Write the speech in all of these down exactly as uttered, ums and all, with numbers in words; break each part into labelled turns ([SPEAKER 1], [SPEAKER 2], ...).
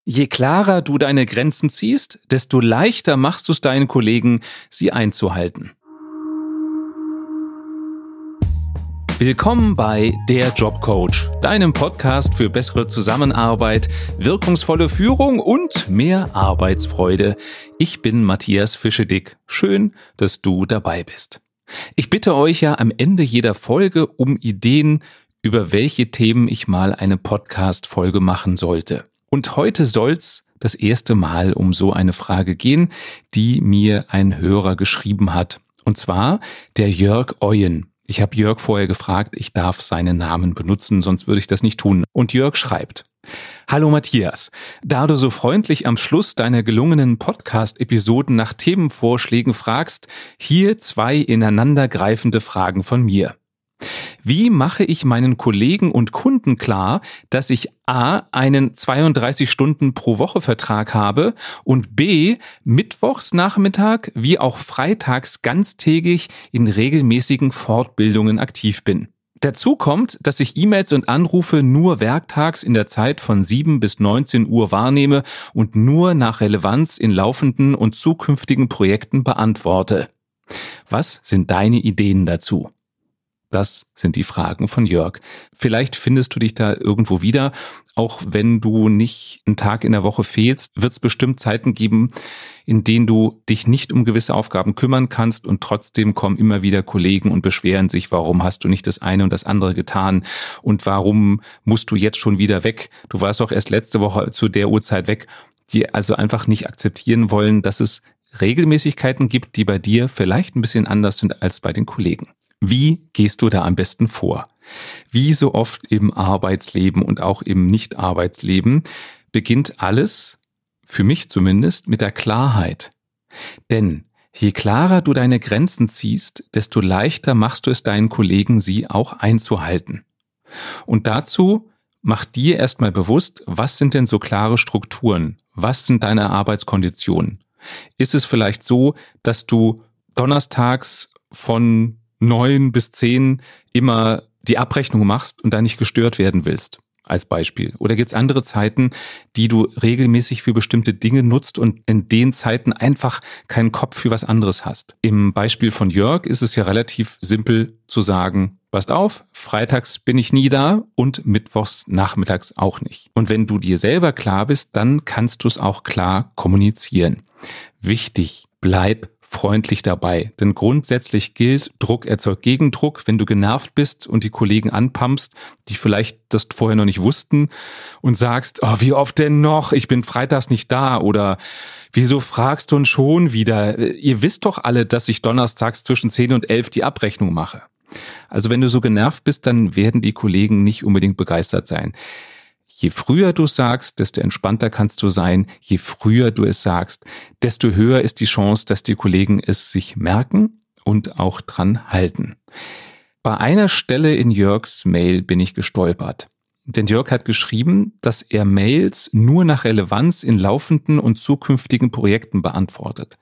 [SPEAKER 1] Je klarer du deine Grenzen ziehst, desto leichter machst du es deinen Kollegen, sie einzuhalten. Willkommen bei Der Jobcoach, deinem Podcast für bessere Zusammenarbeit, wirkungsvolle Führung und mehr Arbeitsfreude. Ich bin Matthias Fischedick. Schön, dass du dabei bist. Ich bitte euch ja am Ende jeder Folge um Ideen, über welche Themen ich mal eine Podcast-Folge machen sollte. Und heute soll's das erste Mal um so eine Frage gehen, die mir ein Hörer geschrieben hat. Und zwar der Jörg Oyen. Ich habe Jörg vorher gefragt, ich darf seinen Namen benutzen, sonst würde ich das nicht tun. Und Jörg schreibt: Hallo Matthias, da du so freundlich am Schluss deiner gelungenen Podcast-Episoden nach Themenvorschlägen fragst, hier zwei ineinandergreifende Fragen von mir. Wie mache ich meinen Kollegen und Kunden klar, dass ich a. einen zweiunddreißig Stunden pro Woche Vertrag habe und b. mittwochs Nachmittag wie auch freitags ganztägig in regelmäßigen Fortbildungen aktiv bin? Dazu kommt, dass ich E-Mails und Anrufe nur werktags in der Zeit von sieben bis neunzehn Uhr wahrnehme und nur nach Relevanz in laufenden und zukünftigen Projekten beantworte. Was sind deine Ideen dazu? Das sind die Fragen von Jörg. Vielleicht findest du dich da irgendwo wieder. Auch wenn du nicht einen Tag in der Woche fehlst, wird es bestimmt Zeiten geben, in denen du dich nicht um gewisse Aufgaben kümmern kannst und trotzdem kommen immer wieder Kollegen und beschweren sich, warum hast du nicht das eine und das andere getan und warum musst du jetzt schon wieder weg? Du warst doch erst letzte Woche zu der Uhrzeit weg, die also einfach nicht akzeptieren wollen, dass es Regelmäßigkeiten gibt, die bei dir vielleicht ein bisschen anders sind als bei den Kollegen. Wie gehst du da am besten vor? Wie so oft im Arbeitsleben und auch im Nicht-Arbeitsleben beginnt alles, für mich zumindest, mit der Klarheit. Denn je klarer du deine Grenzen ziehst, desto leichter machst du es deinen Kollegen, sie auch einzuhalten. Und dazu mach dir erstmal bewusst, was sind denn so klare Strukturen? Was sind deine Arbeitskonditionen? Ist es vielleicht so, dass du donnerstags von neun bis zehn immer die Abrechnung machst und da nicht gestört werden willst, als Beispiel? Oder gibt es andere Zeiten, die du regelmäßig für bestimmte Dinge nutzt und in den Zeiten einfach keinen Kopf für was anderes hast? Im Beispiel von Jörg ist es ja relativ simpel zu sagen, passt auf, freitags bin ich nie da und mittwochs nachmittags auch nicht. Und wenn du dir selber klar bist, dann kannst du es auch klar kommunizieren. Wichtig, bleib freundlich dabei, denn grundsätzlich gilt, Druck erzeugt Gegendruck. Wenn du genervt bist und die Kollegen anpumpst, die vielleicht das vorher noch nicht wussten und sagst, oh, wie oft denn noch, ich bin freitags nicht da oder wieso fragst du uns schon wieder? Ihr wisst doch alle, dass ich donnerstags zwischen zehn und elf die Abrechnung mache. Also wenn du so genervt bist, dann werden die Kollegen nicht unbedingt begeistert sein. Je früher du es sagst, desto entspannter kannst du sein. Je früher du es sagst, desto höher ist die Chance, dass die Kollegen es sich merken und auch dran halten. Bei einer Stelle in Jörgs Mail bin ich gestolpert. Denn Jörg hat geschrieben, dass er Mails nur nach Relevanz in laufenden und zukünftigen Projekten beantwortet.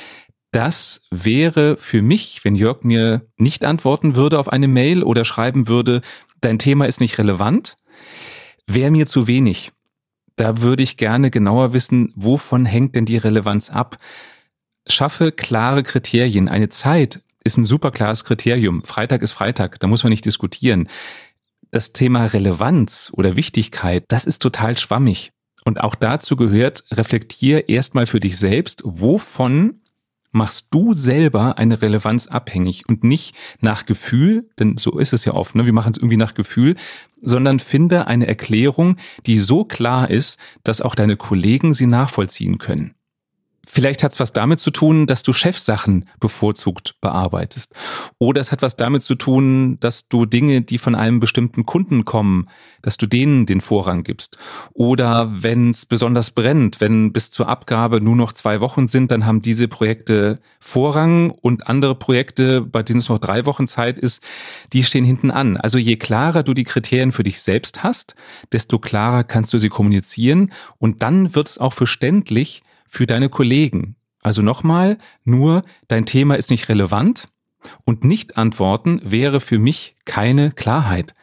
[SPEAKER 1] Das wäre für mich, wenn Jörg mir nicht antworten würde auf eine Mail oder schreiben würde, dein Thema ist nicht relevant, wäre mir zu wenig. Da würde ich gerne genauer wissen, wovon hängt denn die Relevanz ab? Schaffe klare Kriterien. Eine Zeit ist ein super klares Kriterium. Freitag ist Freitag, da muss man nicht diskutieren. Das Thema Relevanz oder Wichtigkeit, das ist total schwammig. Und auch dazu gehört, reflektier erstmal für dich selbst, wovon machst du selber eine Relevanz abhängig und nicht nach Gefühl, denn so ist es ja oft, ne? Wir machen es irgendwie nach Gefühl, sondern finde eine Erklärung, die so klar ist, dass auch deine Kollegen sie nachvollziehen können. Vielleicht hat es was damit zu tun, dass du Chefsachen bevorzugt bearbeitest. Oder es hat was damit zu tun, dass du Dinge, die von einem bestimmten Kunden kommen, dass du denen den Vorrang gibst. Oder wenn es besonders brennt, wenn bis zur Abgabe nur noch zwei Wochen sind, dann haben diese Projekte Vorrang und andere Projekte, bei denen es noch drei Wochen Zeit ist, die stehen hinten an. Also je klarer du die Kriterien für dich selbst hast, desto klarer kannst du sie kommunizieren und dann wird es auch verständlich für deine Kollegen. Also nochmal, nur dein Thema ist nicht relevant und nicht antworten wäre für mich keine Klarheit.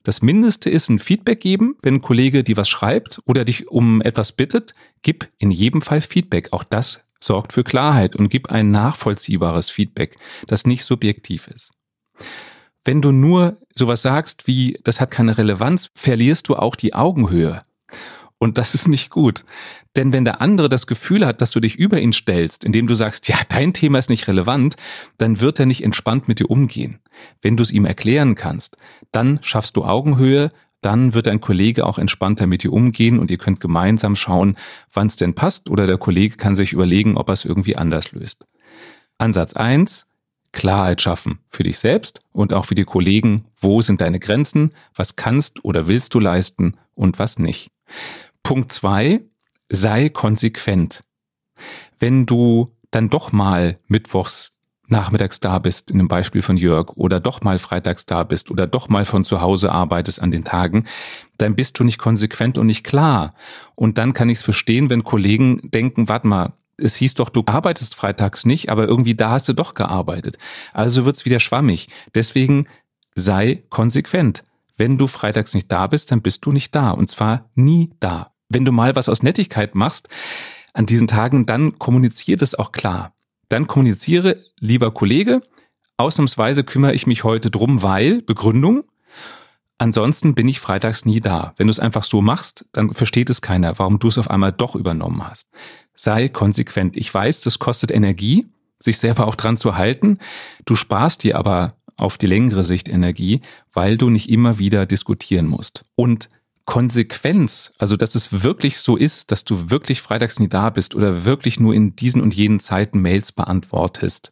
[SPEAKER 1] Das Mindeste ist ein Feedback geben, wenn ein Kollege dir was schreibt oder dich um etwas bittet, gib in jedem Fall Feedback. Auch das sorgt für Klarheit und gib ein nachvollziehbares Feedback, das nicht subjektiv ist. Wenn du nur sowas sagst wie, das hat keine Relevanz, verlierst du auch die Augenhöhe. Und das ist nicht gut. Denn wenn der andere das Gefühl hat, dass du dich über ihn stellst, indem du sagst, ja, dein Thema ist nicht relevant, dann wird er nicht entspannt mit dir umgehen. Wenn du es ihm erklären kannst, dann schaffst du Augenhöhe, dann wird dein Kollege auch entspannter mit dir umgehen und ihr könnt gemeinsam schauen, wann es denn passt, oder der Kollege kann sich überlegen, ob er es irgendwie anders löst. Ansatz eins, Klarheit schaffen für dich selbst und auch für die Kollegen. Wo sind deine Grenzen? Was kannst oder willst du leisten und was nicht? Punkt zwei, sei konsequent. Wenn du dann doch mal mittwochs nachmittags da bist, in dem Beispiel von Jörg, oder doch mal freitags da bist oder doch mal von zu Hause arbeitest an den Tagen, dann bist du nicht konsequent und nicht klar. Und dann kann ich es verstehen, wenn Kollegen denken, warte mal, es hieß doch, du arbeitest freitags nicht, aber irgendwie da hast du doch gearbeitet. Also wird's wieder schwammig. Deswegen sei konsequent. Wenn du freitags nicht da bist, dann bist du nicht da. Und zwar nie da. Wenn du mal was aus Nettigkeit machst an diesen Tagen, dann kommuniziere das auch klar. Dann kommuniziere, lieber Kollege, ausnahmsweise kümmere ich mich heute drum, weil, Begründung, ansonsten bin ich freitags nie da. Wenn du es einfach so machst, dann versteht es keiner, warum du es auf einmal doch übernommen hast. Sei konsequent. Ich weiß, das kostet Energie, sich selber auch dran zu halten. Du sparst dir aber auf die längere Sicht Energie, weil du nicht immer wieder diskutieren musst. Und Konsequenz, also dass es wirklich so ist, dass du wirklich freitags nie da bist oder wirklich nur in diesen und jenen Zeiten Mails beantwortest,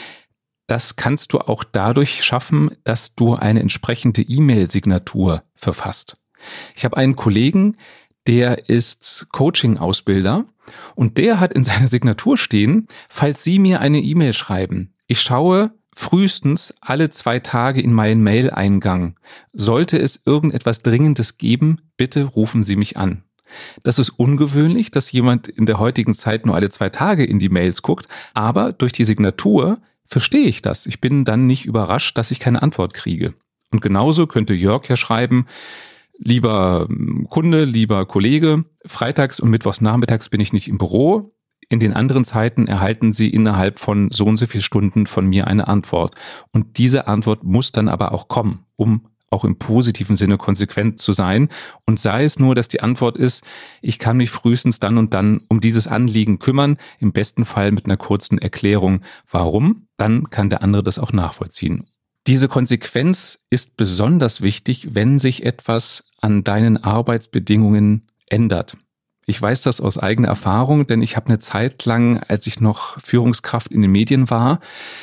[SPEAKER 1] das kannst du auch dadurch schaffen, dass du eine entsprechende E-Mail-Signatur verfasst. Ich habe einen Kollegen, der ist Coaching-Ausbilder und der hat in seiner Signatur stehen, falls Sie mir eine E-Mail schreiben, ich schaue frühestens alle zwei Tage in meinen Mail-Eingang. Sollte es irgendetwas Dringendes geben, bitte rufen Sie mich an. Das ist ungewöhnlich, dass jemand in der heutigen Zeit nur alle zwei Tage in die Mails guckt, aber durch die Signatur verstehe ich das. Ich bin dann nicht überrascht, dass ich keine Antwort kriege. Und genauso könnte Jörg ja schreiben, lieber Kunde, lieber Kollege, freitags und mittwochs nachmittags bin ich nicht im Büro. In den anderen Zeiten erhalten Sie innerhalb von so und so viel Stunden von mir eine Antwort. Und diese Antwort muss dann aber auch kommen, um auch im positiven Sinne konsequent zu sein. Und sei es nur, dass die Antwort ist, ich kann mich frühestens dann und dann um dieses Anliegen kümmern, im besten Fall mit einer kurzen Erklärung, warum, dann kann der andere das auch nachvollziehen. Diese Konsequenz ist besonders wichtig, wenn sich etwas an deinen Arbeitsbedingungen ändert. Ich weiß das aus eigener Erfahrung, denn ich habe eine Zeit lang, als ich noch Führungskraft in den Medien war,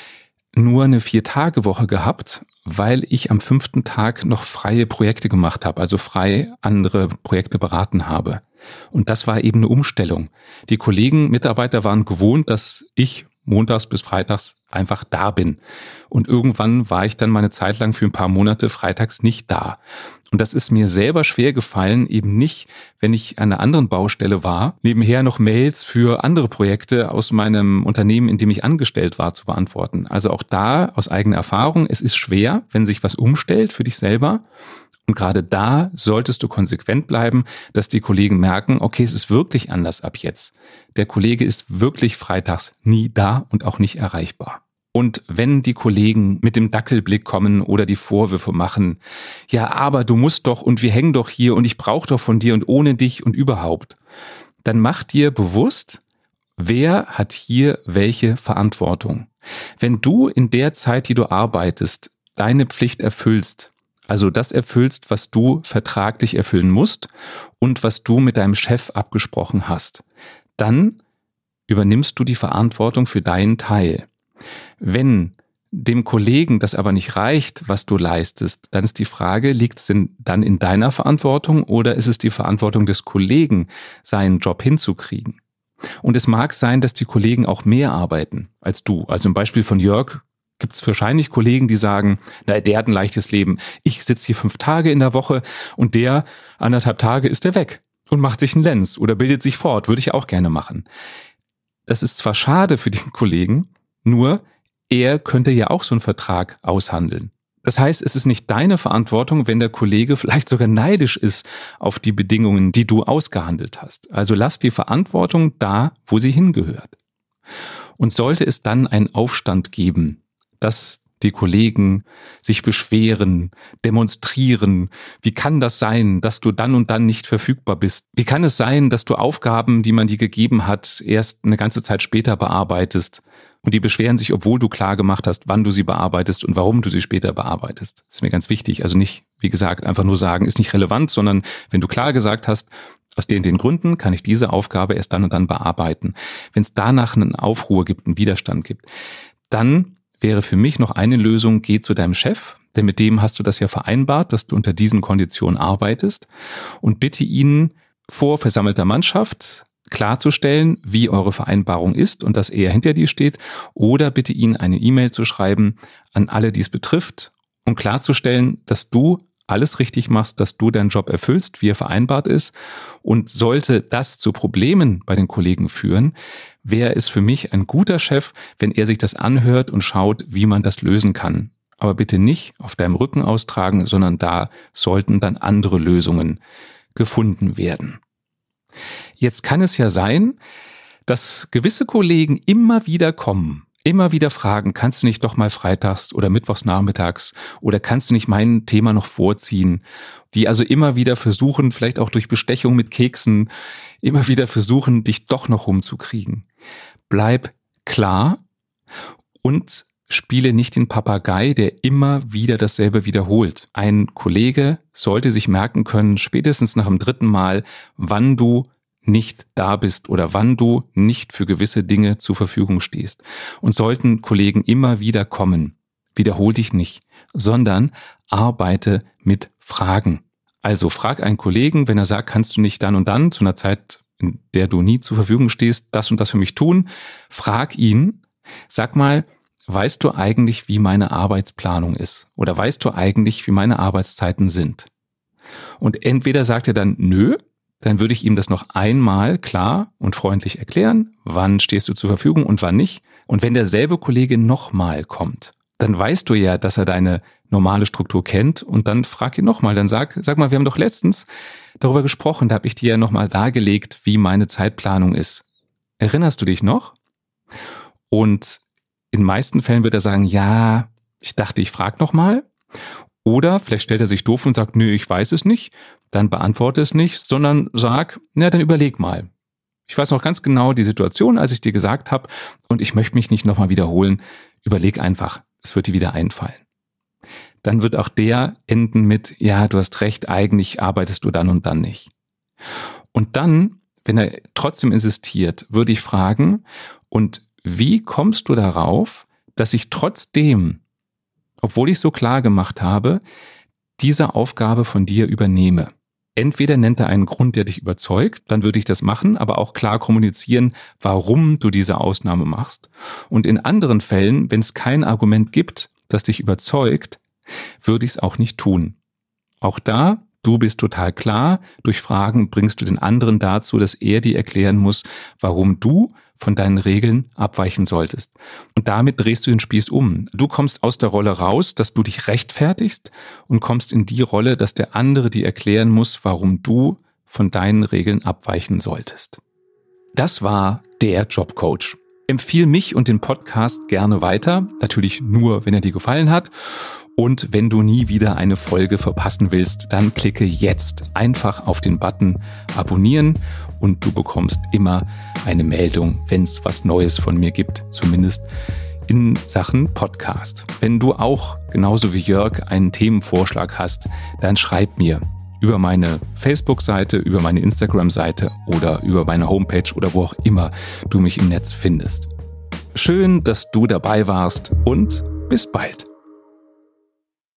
[SPEAKER 1] nur eine Vier-Tage-Woche gehabt, weil ich am fünften Tag noch freie Projekte gemacht habe, also frei andere Projekte beraten habe. Und das war eben eine Umstellung. Die Kollegen, Mitarbeiter waren gewohnt, dass ich montags bis freitags einfach da bin. Und irgendwann war ich dann mal eine Zeit lang für ein paar Monate freitags nicht da. Und das ist mir selber schwer gefallen, eben nicht, wenn ich an einer anderen Baustelle war, nebenher noch Mails für andere Projekte aus meinem Unternehmen, in dem ich angestellt war, zu beantworten. Also auch da aus eigener Erfahrung, es ist schwer, wenn sich was umstellt für dich selber. Und gerade da solltest du konsequent bleiben, dass die Kollegen merken, okay, es ist wirklich anders ab jetzt. Der Kollege ist wirklich freitags nie da und auch nicht erreichbar. Und wenn die Kollegen mit dem Dackelblick kommen oder die Vorwürfe machen, ja, aber du musst doch und wir hängen doch hier und ich brauche doch von dir und ohne dich und überhaupt, dann mach dir bewusst, wer hat hier welche Verantwortung. Wenn du in der Zeit, die du arbeitest, deine Pflicht erfüllst, also das erfüllst, was du vertraglich erfüllen musst und was du mit deinem Chef abgesprochen hast, dann übernimmst du die Verantwortung für deinen Teil. Wenn dem Kollegen das aber nicht reicht, was du leistest, dann ist die Frage, liegt es denn dann in deiner Verantwortung oder ist es die Verantwortung des Kollegen, seinen Job hinzukriegen? Und es mag sein, dass die Kollegen auch mehr arbeiten als du. Also im Beispiel von Jörg gibt es wahrscheinlich Kollegen, die sagen, na, der hat ein leichtes Leben. Ich sitze hier fünf Tage in der Woche und der anderthalb Tage ist er weg und macht sich einen Lenz oder bildet sich fort. Würde ich auch gerne machen. Das ist zwar schade für den Kollegen, nur er könnte ja auch so einen Vertrag aushandeln. Das heißt, es ist nicht deine Verantwortung, wenn der Kollege vielleicht sogar neidisch ist auf die Bedingungen, die du ausgehandelt hast. Also lass die Verantwortung da, wo sie hingehört. Und sollte es dann einen Aufstand geben, dass die Kollegen sich beschweren, demonstrieren, wie kann das sein, dass du dann und dann nicht verfügbar bist? Wie kann es sein, dass du Aufgaben, die man dir gegeben hat, erst eine ganze Zeit später bearbeitest? Und die beschweren sich, obwohl du klar gemacht hast, wann du sie bearbeitest und warum du sie später bearbeitest. Das ist mir ganz wichtig. Also nicht, wie gesagt, einfach nur sagen, ist nicht relevant, sondern wenn du klar gesagt hast, aus den den Gründen kann ich diese Aufgabe erst dann und dann bearbeiten. Wenn es danach einen Aufruhr gibt, einen Widerstand gibt, dann wäre für mich noch eine Lösung, geh zu deinem Chef, denn mit dem hast du das ja vereinbart, dass du unter diesen Konditionen arbeitest, und bitte ihn vor versammelter Mannschaft klarzustellen, wie eure Vereinbarung ist und dass er hinter dir steht, oder bitte ihn eine E-Mail zu schreiben an alle, die es betrifft, und klarzustellen, dass du alles richtig machst, dass du deinen Job erfüllst, wie er vereinbart ist. Und sollte das zu Problemen bei den Kollegen führen, wäre es für mich ein guter Chef, wenn er sich das anhört und schaut, wie man das lösen kann. Aber bitte nicht auf deinem Rücken austragen, sondern da sollten dann andere Lösungen gefunden werden. Jetzt kann es ja sein, dass gewisse Kollegen immer wieder kommen, immer wieder fragen, kannst du nicht doch mal freitags oder mittwochs nachmittags oder kannst du nicht mein Thema noch vorziehen? Die also immer wieder versuchen, vielleicht auch durch Bestechung mit Keksen, immer wieder versuchen, dich doch noch rumzukriegen. Bleib klar und spiele nicht den Papagei, der immer wieder dasselbe wiederholt. Ein Kollege sollte sich merken können, spätestens nach dem dritten Mal, wann du nicht da bist oder wann du nicht für gewisse Dinge zur Verfügung stehst. Und sollten Kollegen immer wieder kommen, wiederhol dich nicht, sondern arbeite mit Fragen. Also frag einen Kollegen, wenn er sagt, kannst du nicht dann und dann zu einer Zeit, in der du nie zur Verfügung stehst, das und das für mich tun, frag ihn, sag mal, weißt du eigentlich, wie meine Arbeitsplanung ist? Oder weißt du eigentlich, wie meine Arbeitszeiten sind? Und entweder sagt er dann, nö, dann würde ich ihm das noch einmal klar und freundlich erklären, wann stehst du zur Verfügung und wann nicht. Und wenn derselbe Kollege nochmal kommt, dann weißt du ja, dass er deine normale Struktur kennt, und dann frag ihn nochmal, dann sag, sag mal, wir haben doch letztens darüber gesprochen, da habe ich dir ja nochmal dargelegt, wie meine Zeitplanung ist. Erinnerst du dich noch? Und in den meisten Fällen wird er sagen, ja, ich dachte, ich frag nochmal. Oder vielleicht stellt er sich doof und sagt, nö, ich weiß es nicht. Dann beantworte es nicht, sondern sag, na, dann überleg mal. Ich weiß noch ganz genau die Situation, als ich dir gesagt habe, und ich möchte mich nicht nochmal wiederholen. Überleg einfach, es wird dir wieder einfallen. Dann wird auch der enden mit, ja, du hast recht, eigentlich arbeitest du dann und dann nicht. Und dann, wenn er trotzdem insistiert, würde ich fragen, und wie kommst du darauf, dass ich trotzdem, obwohl ich so klar gemacht habe, diese Aufgabe von dir übernehme? Entweder nennt er einen Grund, der dich überzeugt, dann würde ich das machen, aber auch klar kommunizieren, warum du diese Ausnahme machst. Und in anderen Fällen, wenn es kein Argument gibt, das dich überzeugt, würde ich es auch nicht tun. Auch da, du bist total klar, durch Fragen bringst du den anderen dazu, dass er dir erklären muss, warum du von deinen Regeln abweichen solltest. Und damit drehst du den Spieß um. Du kommst aus der Rolle raus, dass du dich rechtfertigst, und kommst in die Rolle, dass der andere dir erklären muss, warum du von deinen Regeln abweichen solltest. Das war der Jobcoach. Empfiehl mich und den Podcast gerne weiter, natürlich nur, wenn er dir gefallen hat. Und wenn du nie wieder eine Folge verpassen willst, dann klicke jetzt einfach auf den Button Abonnieren und du bekommst immer eine Meldung, wenn es was Neues von mir gibt, zumindest in Sachen Podcast. Wenn du auch, genauso wie Jörg, einen Themenvorschlag hast, dann schreib mir über meine Facebook-Seite, über meine Instagram-Seite oder über meine Homepage oder wo auch immer du mich im Netz findest. Schön, dass du dabei warst, und bis bald.